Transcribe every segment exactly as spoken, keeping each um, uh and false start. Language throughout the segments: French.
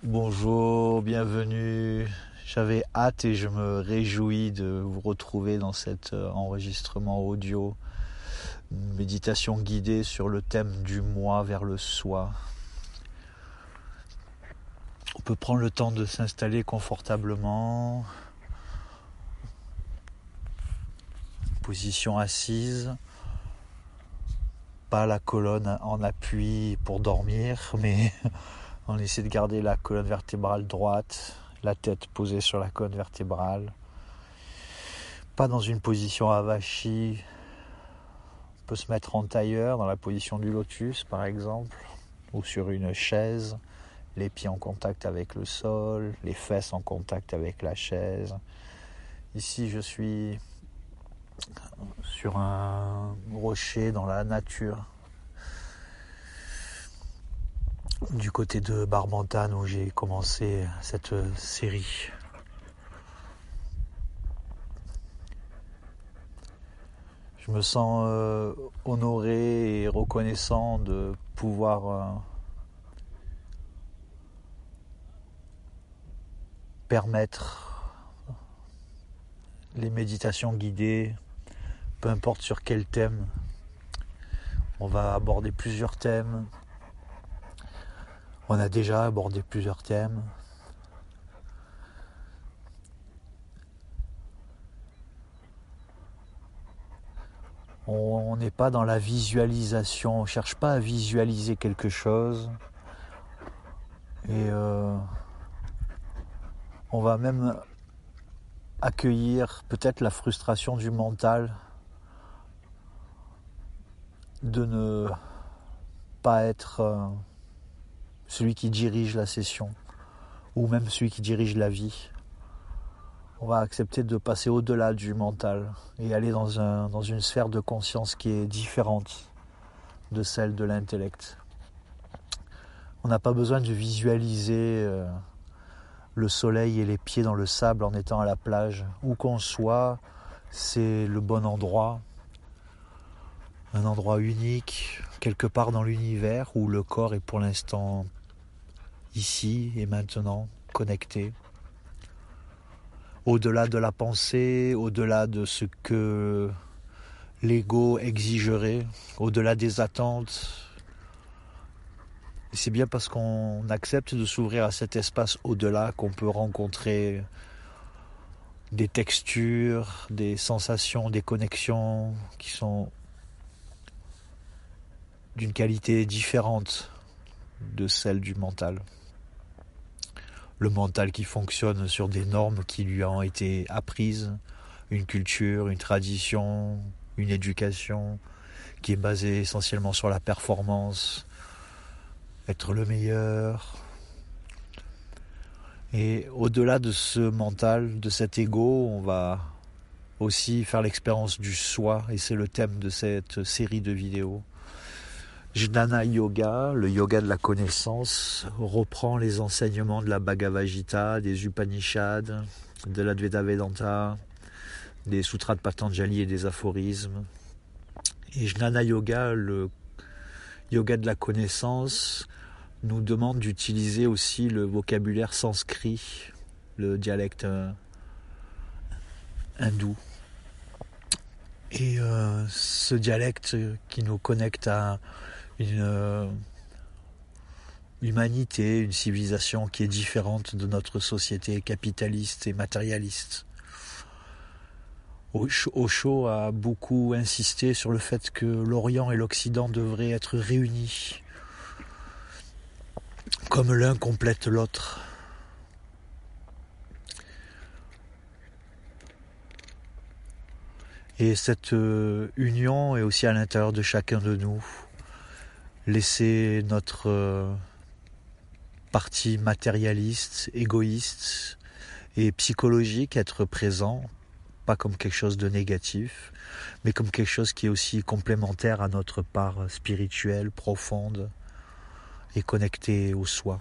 Bonjour, bienvenue. J'avais hâte et je me réjouis de vous retrouver dans cet enregistrement audio. Une méditation guidée sur le thème du moi vers le soi. On peut prendre le temps de s'installer confortablement. Position assise. Pas la colonne en appui pour dormir, mais on essaie de garder la colonne vertébrale droite, la tête posée sur la colonne vertébrale. Pas dans une position avachie. On peut se mettre en tailleur dans la position du lotus par exemple, ou sur une chaise, les pieds en contact avec le sol, les fesses en contact avec la chaise. Ici je suis sur un rocher dans la nature, du côté de Barbantane où j'ai commencé cette série. Je me sens euh, honoré et reconnaissant de pouvoir euh, permettre les méditations guidées, peu importe sur quel thème. On va aborder plusieurs thèmes. On a déjà abordé plusieurs thèmes. On n'est pas dans la visualisation, on ne cherche pas à visualiser quelque chose. Et euh, on va même accueillir peut-être la frustration du mental de ne pas être euh, celui qui dirige la session ou même celui qui dirige la vie. On va accepter de passer au-delà du mental et aller dans, un, dans une sphère de conscience qui est différente de celle de l'intellect. On n'a pas besoin de visualiser euh, le soleil et les pieds dans le sable en étant à la plage. Où qu'on soit, c'est le bon endroit. Un endroit unique, quelque part dans l'univers où le corps est pour l'instant ici et maintenant, connecté. Au-delà de la pensée, au-delà de ce que l'ego exigerait, au-delà des attentes. Et c'est bien parce qu'on accepte de s'ouvrir à cet espace au-delà qu'on peut rencontrer des textures, des sensations, des connexions qui sont d'une qualité différente de celle du mental. Le mental qui fonctionne sur des normes qui lui ont été apprises, une culture, une tradition, une éducation qui est basée essentiellement sur la performance, être le meilleur. Et au-delà de ce mental, de cet ego, on va aussi faire l'expérience du soi, et c'est le thème de cette série de vidéos. Jnana Yoga, le yoga de la connaissance, reprend les enseignements de la Bhagavad Gita, des Upanishads, de l'Advaita Vedanta, des sutras de Patanjali et des aphorismes. Et Jnana Yoga, le yoga de la connaissance, nous demande d'utiliser aussi le vocabulaire sanskrit, le dialecte hindou. Et euh, ce dialecte qui nous connecte à une euh, humanité, une civilisation qui est différente de notre société capitaliste et matérialiste. Osho a beaucoup insisté sur le fait que l'Orient et l'Occident devraient être réunis, comme l'un complète l'autre. Et cette euh, union est aussi à l'intérieur de chacun de nous. Laisser notre euh, partie matérialiste, égoïste et psychologique être présent, pas comme quelque chose de négatif, mais comme quelque chose qui est aussi complémentaire à notre part spirituelle, profonde et connectée au soi.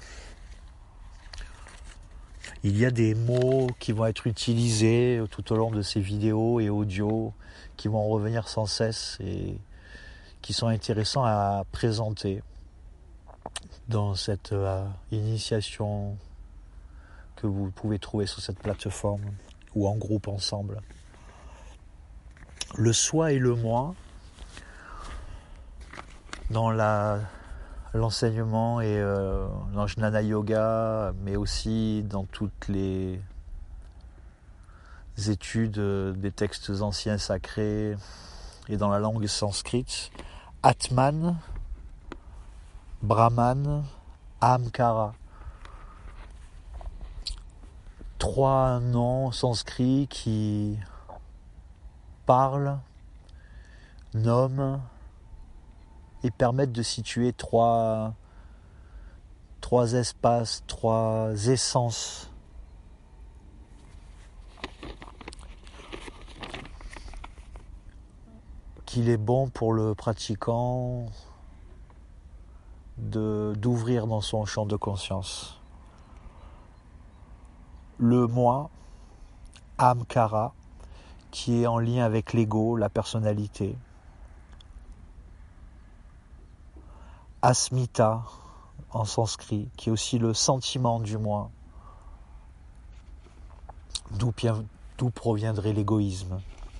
Il y a des mots qui vont être utilisés tout au long de ces vidéos et audios qui vont revenir sans cesse et qui sont intéressants à présenter dans cette euh, initiation que vous pouvez trouver sur cette plateforme ou en groupe ensemble. Le soi et le moi, dans la, l'enseignement et euh, dans Jnana Yoga, mais aussi dans toutes les études des textes anciens sacrés et dans la langue sanskrite, Atman, Brahman, Ahamkara. Trois noms sanskrits qui parlent, nomment et permettent de situer trois, trois espaces, trois essences qu'il est bon pour le pratiquant de, d'ouvrir dans son champ de conscience. Le moi, Ahamkara, qui est en lien avec l'ego, la personnalité. Asmita, en sanskrit, qui est aussi le sentiment du moi, d'où, d'où proviendrait l'égoïsme.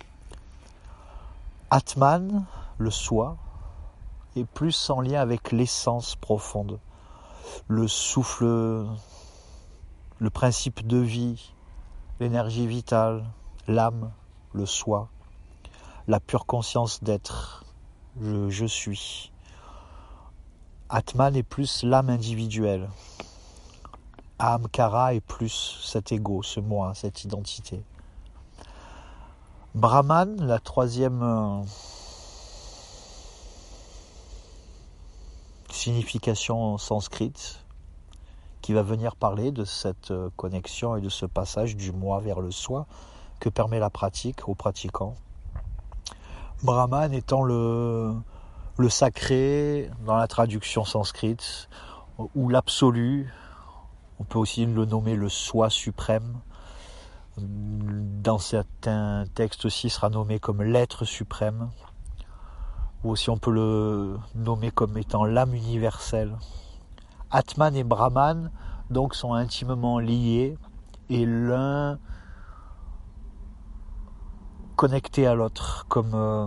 Atman, le soi, est plus en lien avec l'essence profonde, le souffle, le principe de vie, l'énergie vitale, l'âme, le soi, la pure conscience d'être, je, je suis. Atman est plus l'âme individuelle. Ahamkara est plus cet ego, ce moi, cette identité. Brahman, la troisième euh, signification sanskrite, qui va venir parler de cette connexion et de ce passage du moi vers le soi que permet la pratique aux pratiquants. Brahman étant le, le sacré dans la traduction sanskrite, ou l'absolu, on peut aussi le nommer le soi suprême. Dans certains textes aussi, il sera nommé comme l'être suprême, ou aussi on peut le nommer comme étant l'âme universelle. Atman et Brahman donc sont intimement liés et l'un connecté à l'autre comme euh,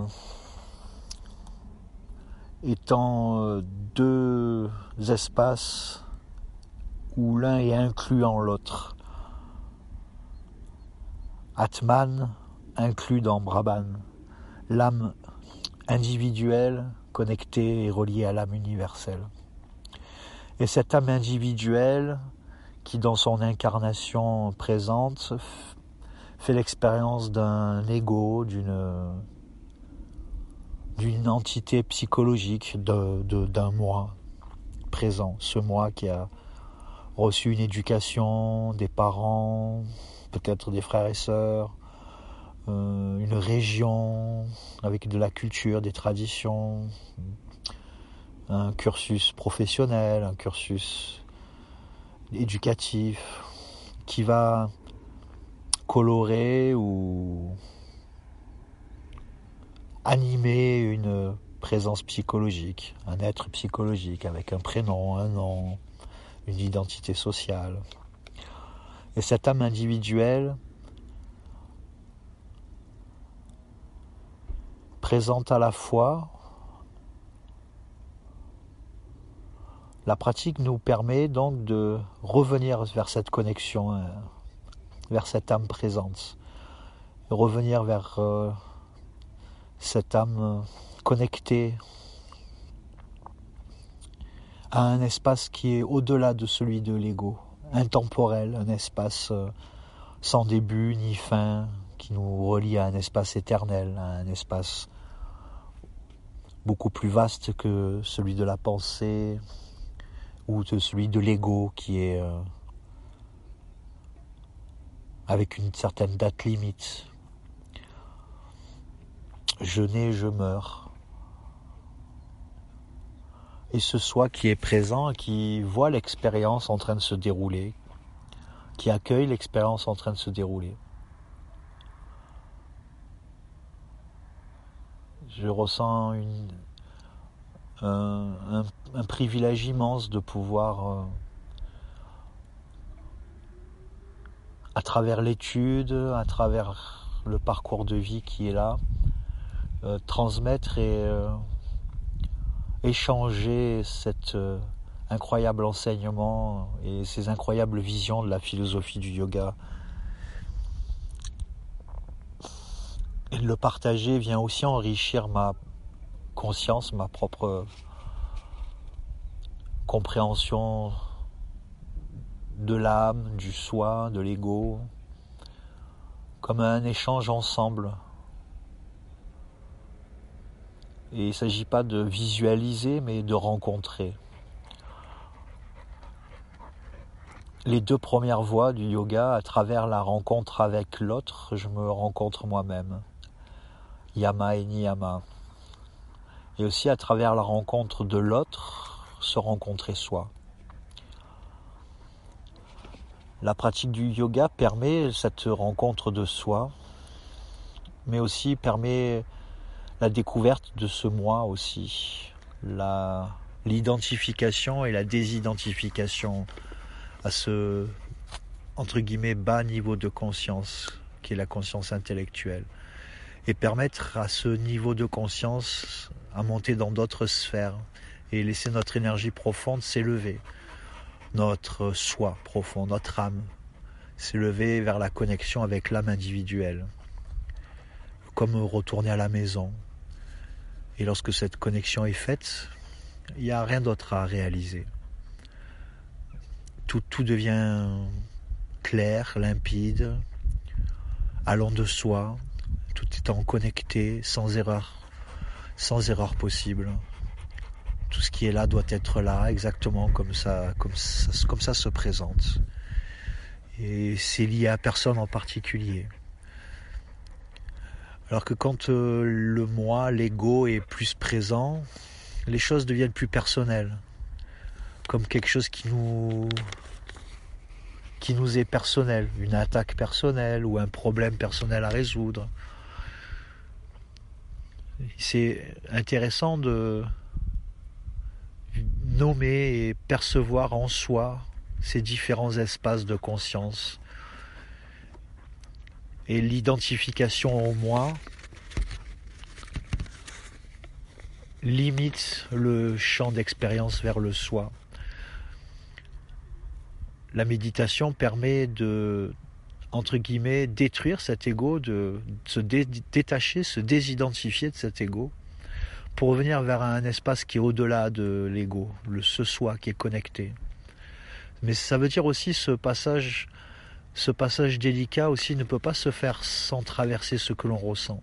étant euh, deux espaces où l'un est inclus en l'autre. Atman inclus dans Brahman, l'âme individuelle connectée et reliée à l'âme universelle. Et cette âme individuelle, qui dans son incarnation présente, fait l'expérience d'un ego, d'une, d'une entité psychologique, de, de, d'un moi présent. Ce moi qui a reçu une éducation, des parents, peut-être des frères et sœurs, euh, une région avec de la culture, des traditions, un cursus professionnel, un cursus éducatif qui va colorer ou animer une présence psychologique, un être psychologique avec un prénom, un nom, une identité sociale. Et cette âme individuelle présente à la fois. La pratique nous permet donc de revenir vers cette connexion, vers cette âme présente, revenir vers euh, cette âme connectée à un espace qui est au-delà de celui de l'ego, intemporel, un espace euh, sans début ni fin, qui nous relie à un espace éternel, à un espace beaucoup plus vaste que celui de la pensée, ou de celui de l'ego qui est euh, avec une certaine date limite. Je nais, je meurs. Et ce soi qui est présent, qui voit l'expérience en train de se dérouler, qui accueille l'expérience en train de se dérouler. Je ressens une, un, un, un privilège immense de pouvoir euh, à travers l'étude, à travers le parcours de vie qui est là, euh, transmettre et euh, échanger cet euh, incroyable enseignement et ces incroyables visions de la philosophie du yoga. Et le partager vient aussi enrichir ma conscience, ma propre compréhension de l'âme, du soi, de l'ego, comme un échange ensemble. Et il ne s'agit pas de visualiser, mais de rencontrer. Les deux premières voies du yoga, à travers la rencontre avec l'autre, je me rencontre moi-même. Yama et niyama. Et aussi à travers la rencontre de l'autre, se rencontrer soi. La pratique du yoga permet cette rencontre de soi, mais aussi permet la découverte de ce moi aussi, la, l'identification et la désidentification à ce, entre guillemets, bas niveau de conscience, qui est la conscience intellectuelle, et permettre à ce niveau de conscience à monter dans d'autres sphères et laisser notre énergie profonde s'élever, notre soi profond, notre âme, s'élever vers la connexion avec l'âme individuelle, comme retourner à la maison. Et lorsque cette connexion est faite, il n'y a rien d'autre à réaliser. Tout, tout devient clair, limpide, allant de soi, tout étant connecté, sans erreur, sans erreur possible. Tout ce qui est là doit être là, exactement comme ça, comme ça, comme ça se présente. Et c'est lié à personne en particulier. Alors que quand euh, le moi, l'ego est plus présent, les choses deviennent plus personnelles. Comme quelque chose qui nous, qui nous est personnel, une attaque personnelle ou un problème personnel à résoudre. C'est intéressant de nommer et percevoir en soi ces différents espaces de conscience. Et l'identification au moi limite le champ d'expérience vers le soi. La méditation permet de, entre guillemets, détruire cet ego, de se dé- détacher, se désidentifier de cet ego, pour revenir vers un espace qui est au-delà de l'ego, le ce soi qui est connecté. Mais ça veut dire aussi ce passage, ce passage délicat aussi ne peut pas se faire sans traverser ce que l'on ressent,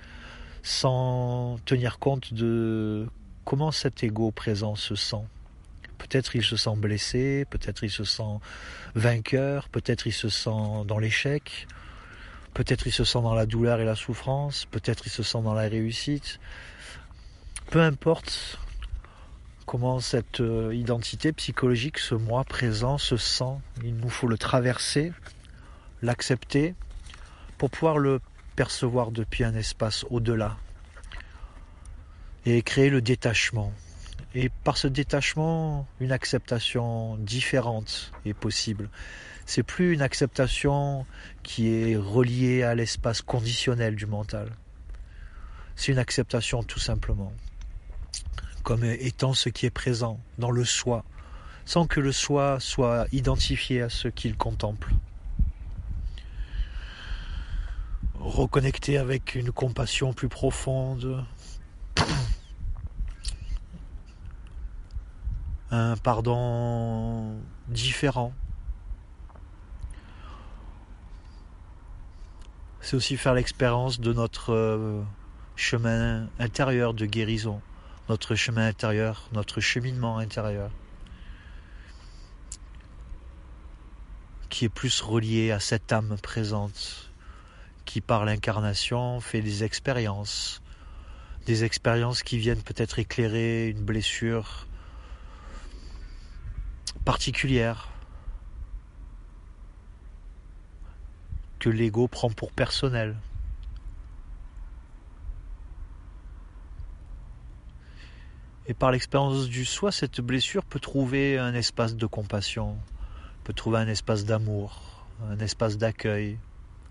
sans tenir compte de comment cet ego présent se sent. Peut-être il se sent blessé, peut-être il se sent vainqueur, peut-être il se sent dans l'échec, peut-être il se sent dans la douleur et la souffrance, peut-être il se sent dans la réussite. Peu importe comment cette identité psychologique, ce moi présent se sent, il nous faut le traverser, l'accepter, pour pouvoir le percevoir depuis un espace au-delà et créer le détachement. Et par ce détachement, une acceptation différente est possible. C'est plus une acceptation qui est reliée à l'espace conditionnel du mental. C'est une acceptation tout simplement, comme étant ce qui est présent dans le soi, sans que le soi soit identifié à ce qu'il contemple. Reconnecter avec une compassion plus profonde, un pardon différent. C'est aussi faire l'expérience de notre chemin intérieur de guérison, notre chemin intérieur, notre cheminement intérieur, qui est plus relié à cette âme présente, qui par l'incarnation fait des expériences, des expériences qui viennent peut-être éclairer une blessure particulière que l'ego prend pour personnel. Et par l'expérience du soi, cette blessure peut trouver un espace de compassion, peut trouver un espace d'amour, un espace d'accueil.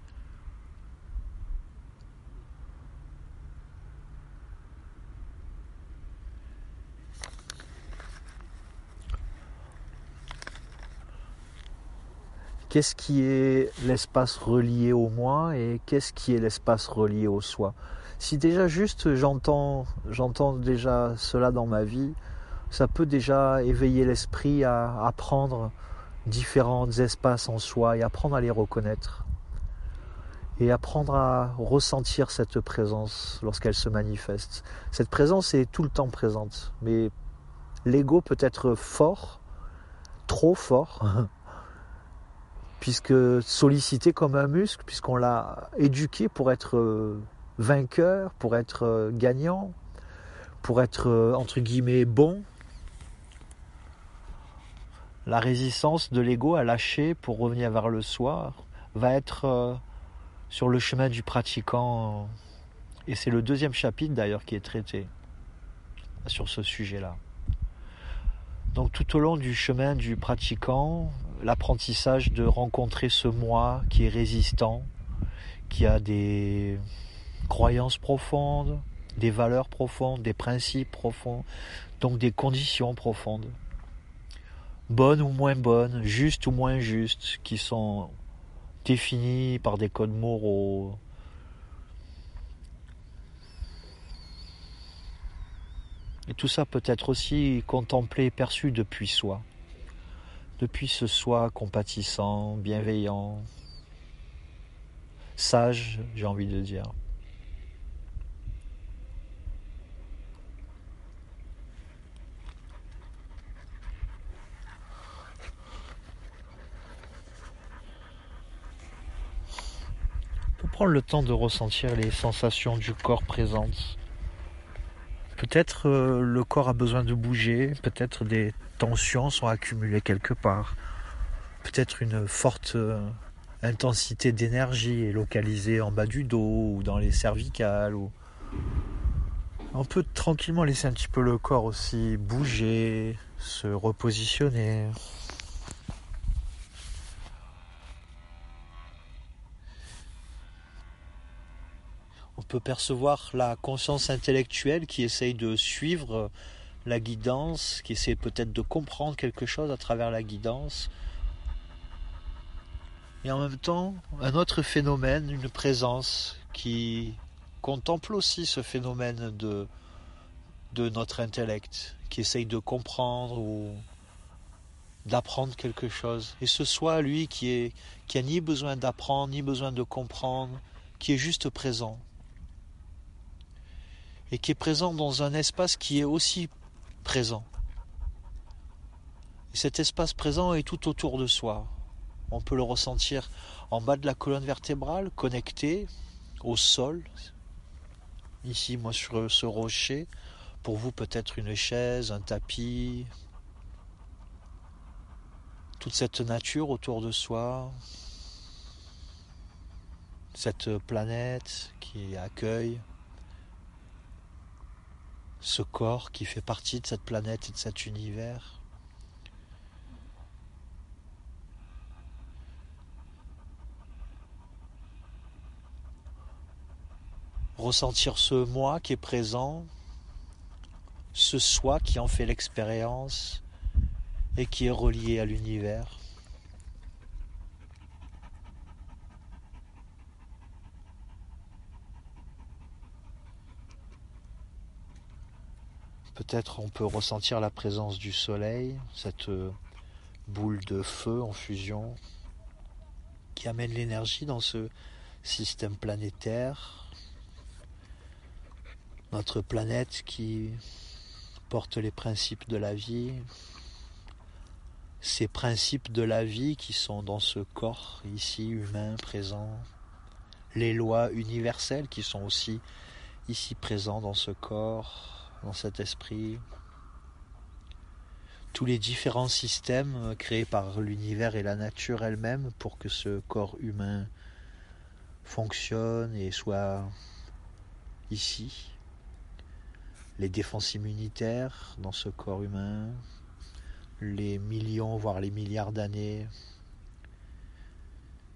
Qu'est-ce qui est l'espace relié au moi et qu'est-ce qui est l'espace relié au soi? Si déjà juste j'entends, j'entends déjà cela dans ma vie, ça peut déjà éveiller l'esprit à apprendre différents espaces en soi et apprendre à les reconnaître. Et apprendre à ressentir cette présence lorsqu'elle se manifeste. Cette présence est tout le temps présente, mais l'ego peut être fort, trop fort, puisque sollicité comme un muscle, puisqu'on l'a éduqué pour être vainqueur, pour être gagnant, pour être entre guillemets bon. La résistance de l'ego à lâcher pour revenir vers le soi va être sur le chemin du pratiquant, et c'est le deuxième chapitre d'ailleurs qui est traité sur ce sujet-là. Donc tout au long du chemin du pratiquant, l'apprentissage de rencontrer ce moi qui est résistant, qui a des croyances profondes, des valeurs profondes, des principes profonds, donc des conditions profondes, bonnes ou moins bonnes, justes ou moins justes, qui sont définies par des codes moraux. Et tout ça peut être aussi contemplé, perçu depuis soi. Depuis ce soi compatissant, bienveillant, sage, j'ai envie de dire. On peut prendre le temps de ressentir les sensations du corps présentes. Peut-être euh, le corps a besoin de bouger, peut-être des tensions sont accumulées quelque part. Peut-être une forte euh, intensité d'énergie est localisée en bas du dos ou dans les cervicales. Ou... On peut tranquillement laisser un petit peu le corps aussi bouger, se repositionner. On peut percevoir la conscience intellectuelle qui essaye de suivre la guidance, qui essaie peut-être de comprendre quelque chose à travers la guidance. Et en même temps, un autre phénomène, une présence qui contemple aussi ce phénomène de, de notre intellect, qui essaye de comprendre ou d'apprendre quelque chose. Et ce soi, lui, qui est, qui a ni besoin d'apprendre, ni besoin de comprendre, qui est juste présent. Et qui est présent dans un espace qui est aussi présent. Et cet espace présent est tout autour de soi. On peut le ressentir en bas de la colonne vertébrale, connecté au sol. Ici, moi, sur ce rocher. Pour vous, peut-être une chaise, un tapis. Toute cette nature autour de soi. Cette planète qui accueille. Ce corps qui fait partie de cette planète et de cet univers. Ressentir ce moi qui est présent, ce soi qui en fait l'expérience et qui est relié à l'univers. Peut-être on peut ressentir la présence du soleil, cette boule de feu en fusion qui amène l'énergie dans ce système planétaire. Notre planète qui porte les principes de la vie, ces principes de la vie qui sont dans ce corps ici humain présent, les lois universelles qui sont aussi ici présents dans ce corps, dans cet esprit, tous les différents systèmes créés par l'univers et la nature elle-même pour que ce corps humain fonctionne et soit ici. Les défenses immunitaires dans ce corps humain, les millions voire les milliards d'années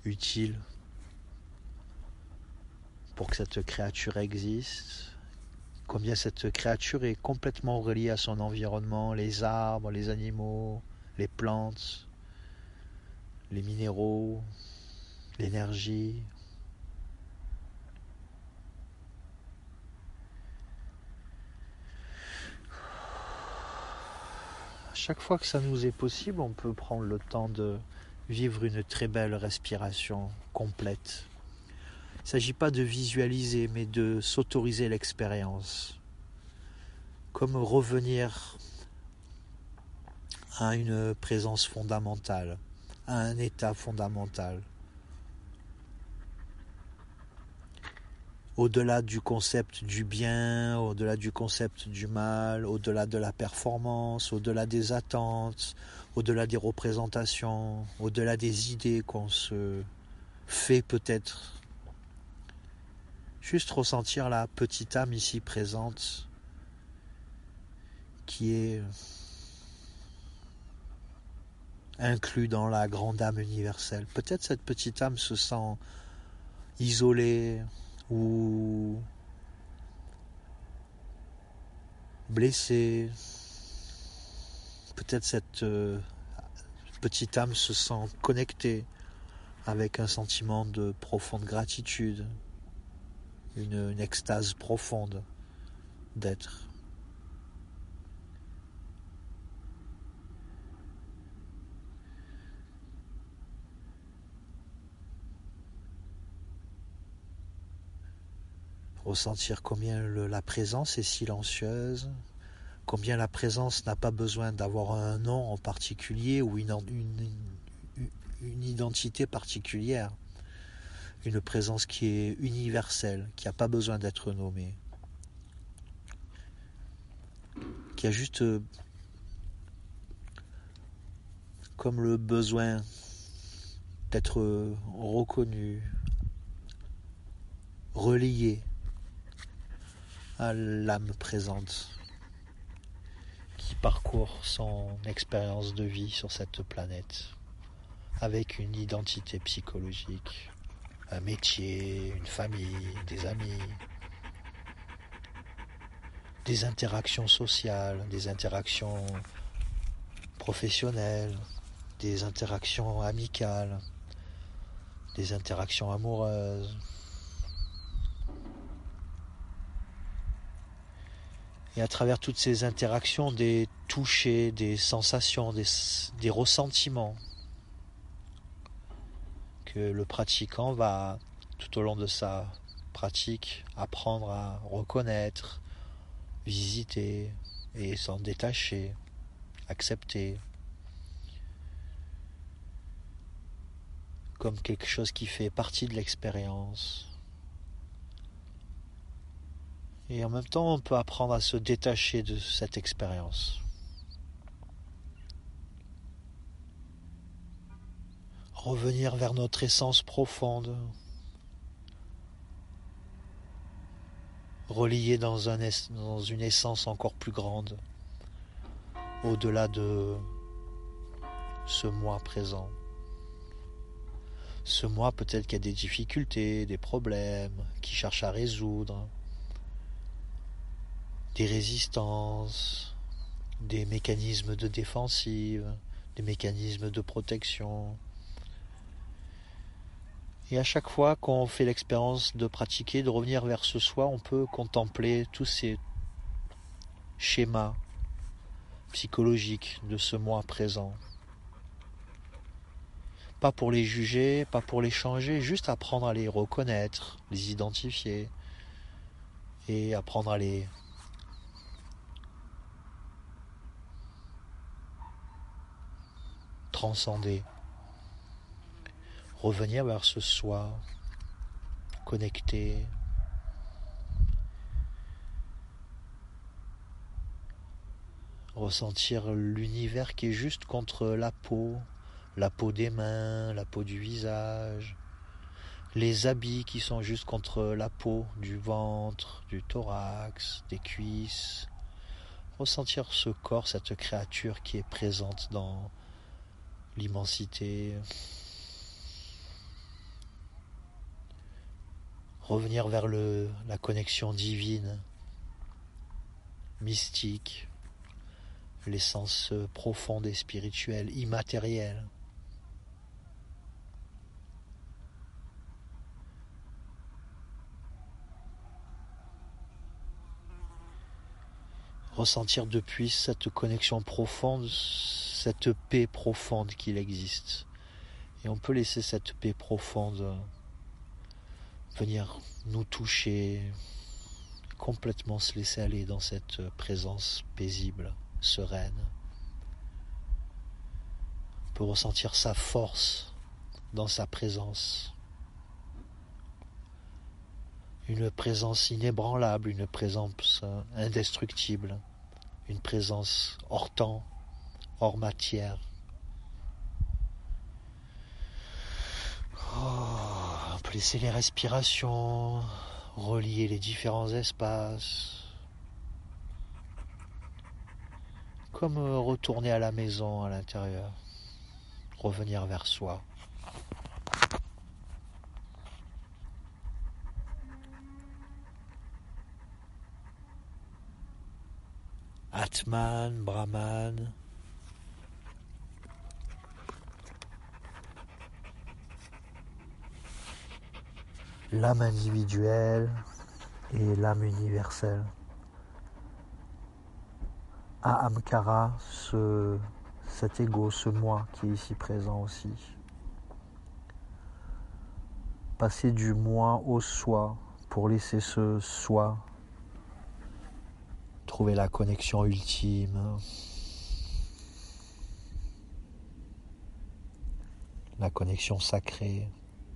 utile pour que cette créature existe, combien cette créature est complètement reliée à son environnement, les arbres, les animaux, les plantes, les minéraux, l'énergie. À chaque fois que ça nous est possible, on peut prendre le temps de vivre une très belle respiration complète. Il ne s'agit pas de visualiser, mais de s'autoriser l'expérience. Comme revenir à une présence fondamentale, à un état fondamental. Au-delà du concept du bien, au-delà du concept du mal, au-delà de la performance, au-delà des attentes, au-delà des représentations, au-delà des idées qu'on se fait peut-être. Juste ressentir la petite âme ici présente qui est inclus dans la grande âme universelle. Peut-être cette petite âme se sent isolée ou blessée. Peut-être cette euh, petite âme se sent connectée avec un sentiment de profonde gratitude, une, une extase profonde d'être. Ressentir combien le, la présence est silencieuse, combien la présence n'a pas besoin d'avoir un nom en particulier ou une, une, une identité particulière. Une présence qui est universelle, qui n'a pas besoin d'être nommée, qui a juste euh, comme le besoin d'être reconnu, relié à l'âme présente qui parcourt son expérience de vie sur cette planète avec une identité psychologique, un métier, une famille, des amis, des interactions sociales, des interactions professionnelles, des interactions amicales, des interactions amoureuses. Et à travers toutes ces interactions, des touchés, des sensations, des, des ressentiments que le pratiquant va, tout au long de sa pratique, apprendre à reconnaître, visiter et s'en détacher, accepter, comme quelque chose qui fait partie de l'expérience. Et en même temps, on peut apprendre à se détacher de cette expérience. Revenir vers notre essence profonde, reliée dans, un es- dans une essence encore plus grande, au-delà de ce moi présent. Ce moi peut-être qu'il y a des difficultés, des problèmes, qui cherche à résoudre, des résistances, des mécanismes de défensive, des mécanismes de protection. Et à chaque fois qu'on fait l'expérience de pratiquer, de revenir vers ce soi, on peut contempler tous ces schémas psychologiques de ce moi présent. Pas pour les juger, pas pour les changer, juste apprendre à les reconnaître, les identifier et apprendre à les transcender. Revenir vers ce soi, connecté, ressentir l'univers qui est juste contre la peau, la peau des mains, la peau du visage, les habits qui sont juste contre la peau du ventre, du thorax, des cuisses. Ressentir ce corps, cette créature qui est présente dans l'immensité. revenir vers le, la connexion divine, mystique, l'essence profonde et spirituelle, immatérielle. Ressentir depuis cette connexion profonde, cette paix profonde qu'il existe. Et on peut laisser cette paix profonde venir nous toucher, complètement se laisser aller dans cette présence paisible, sereine. On peut ressentir sa force dans sa présence. Une présence inébranlable, une présence indestructible, une présence hors temps, hors matière. Oh, on peut laisser les respirations relier les différents espaces, comme retourner à la maison à l'intérieur, revenir vers soi. Atman, Brahman, l'âme individuelle et l'âme universelle. Ahamkara, ce, cet ego, ce moi qui est ici présent aussi. Passer du moi au soi pour laisser ce soi trouver la connexion ultime, la connexion sacrée,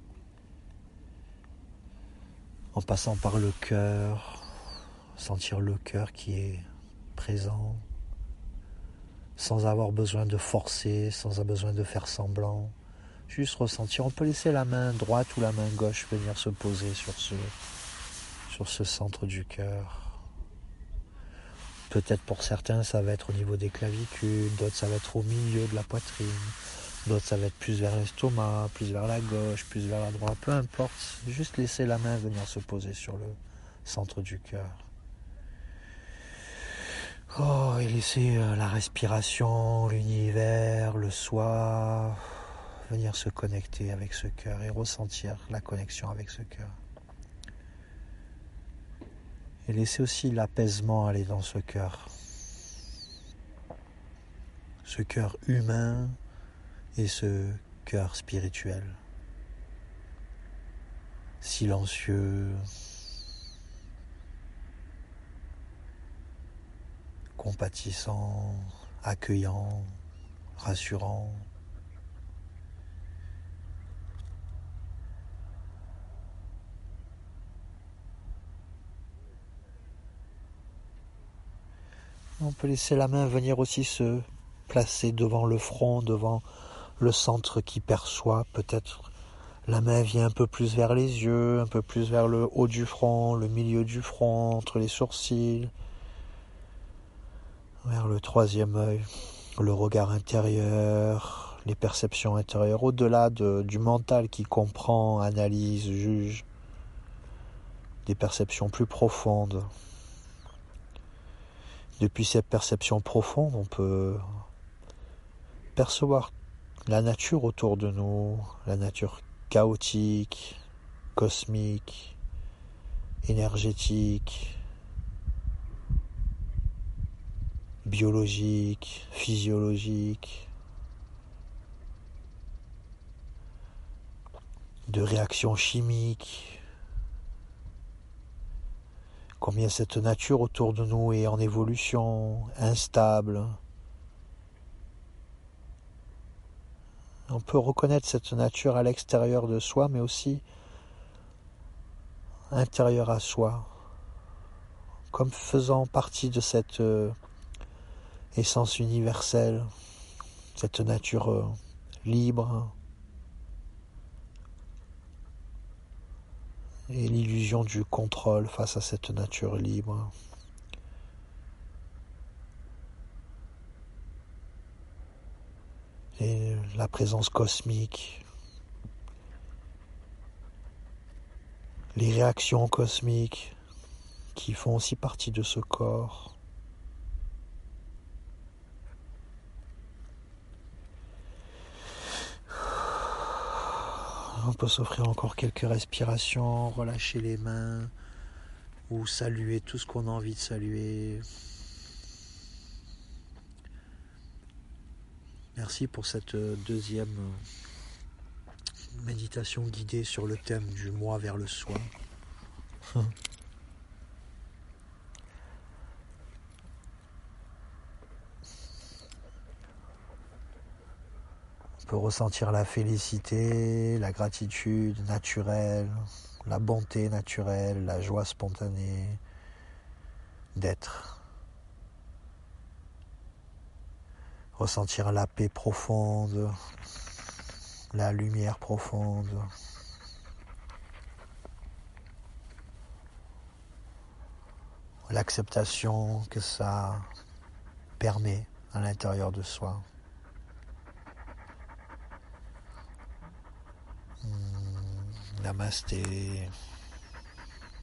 en passant par le cœur, sentir le cœur qui est présent, sans avoir besoin de forcer, sans avoir besoin de faire semblant, juste ressentir. On peut laisser la main droite ou la main gauche venir se poser sur ce, sur ce centre du cœur. Peut-être pour certains, ça va être au niveau des clavicules, d'autres, ça va être au milieu de la poitrine, d'autres, ça va être plus vers l'estomac, plus vers la gauche, plus vers la droite, peu importe. Juste laisser la main venir se poser sur le centre du cœur. Oh, et laisser la respiration, l'univers, le soi, venir se connecter avec ce cœur et ressentir la connexion avec ce cœur. Et laisser aussi l'apaisement aller dans ce cœur. Ce cœur humain et ce cœur spirituel. Silencieux, compatissant, accueillant, rassurant. On peut laisser la main venir aussi se placer devant le front, devant le centre qui perçoit. Peut-être la main vient un peu plus vers les yeux, un peu plus vers le haut du front, le milieu du front, entre les sourcils, vers le troisième œil, le regard intérieur, les perceptions intérieures, au-delà de, du mental qui comprend, analyse, juge, des perceptions plus profondes. Depuis cette perception profonde, on peut percevoir la nature autour de nous, la nature chaotique, cosmique, énergétique, biologique, physiologique, de réactions chimiques. Combien cette nature autour de nous est en évolution, instable. On peut reconnaître cette nature à l'extérieur de soi, mais aussi intérieure à soi, comme faisant partie de cette euh, essence universelle, cette nature euh, libre, et l'illusion du contrôle face à cette nature libre. Et la présence cosmique, les réactions cosmiques qui font aussi partie de ce corps. On peut s'offrir encore quelques respirations, relâcher les mains ou saluer tout ce qu'on a envie de saluer. Merci pour cette deuxième méditation guidée sur le thème du moi vers le soi. On peut ressentir la félicité, la gratitude naturelle, la bonté naturelle, la joie spontanée d'être. Ressentir la paix profonde, la lumière profonde. L'acceptation que ça permet à l'intérieur de soi. Namasté.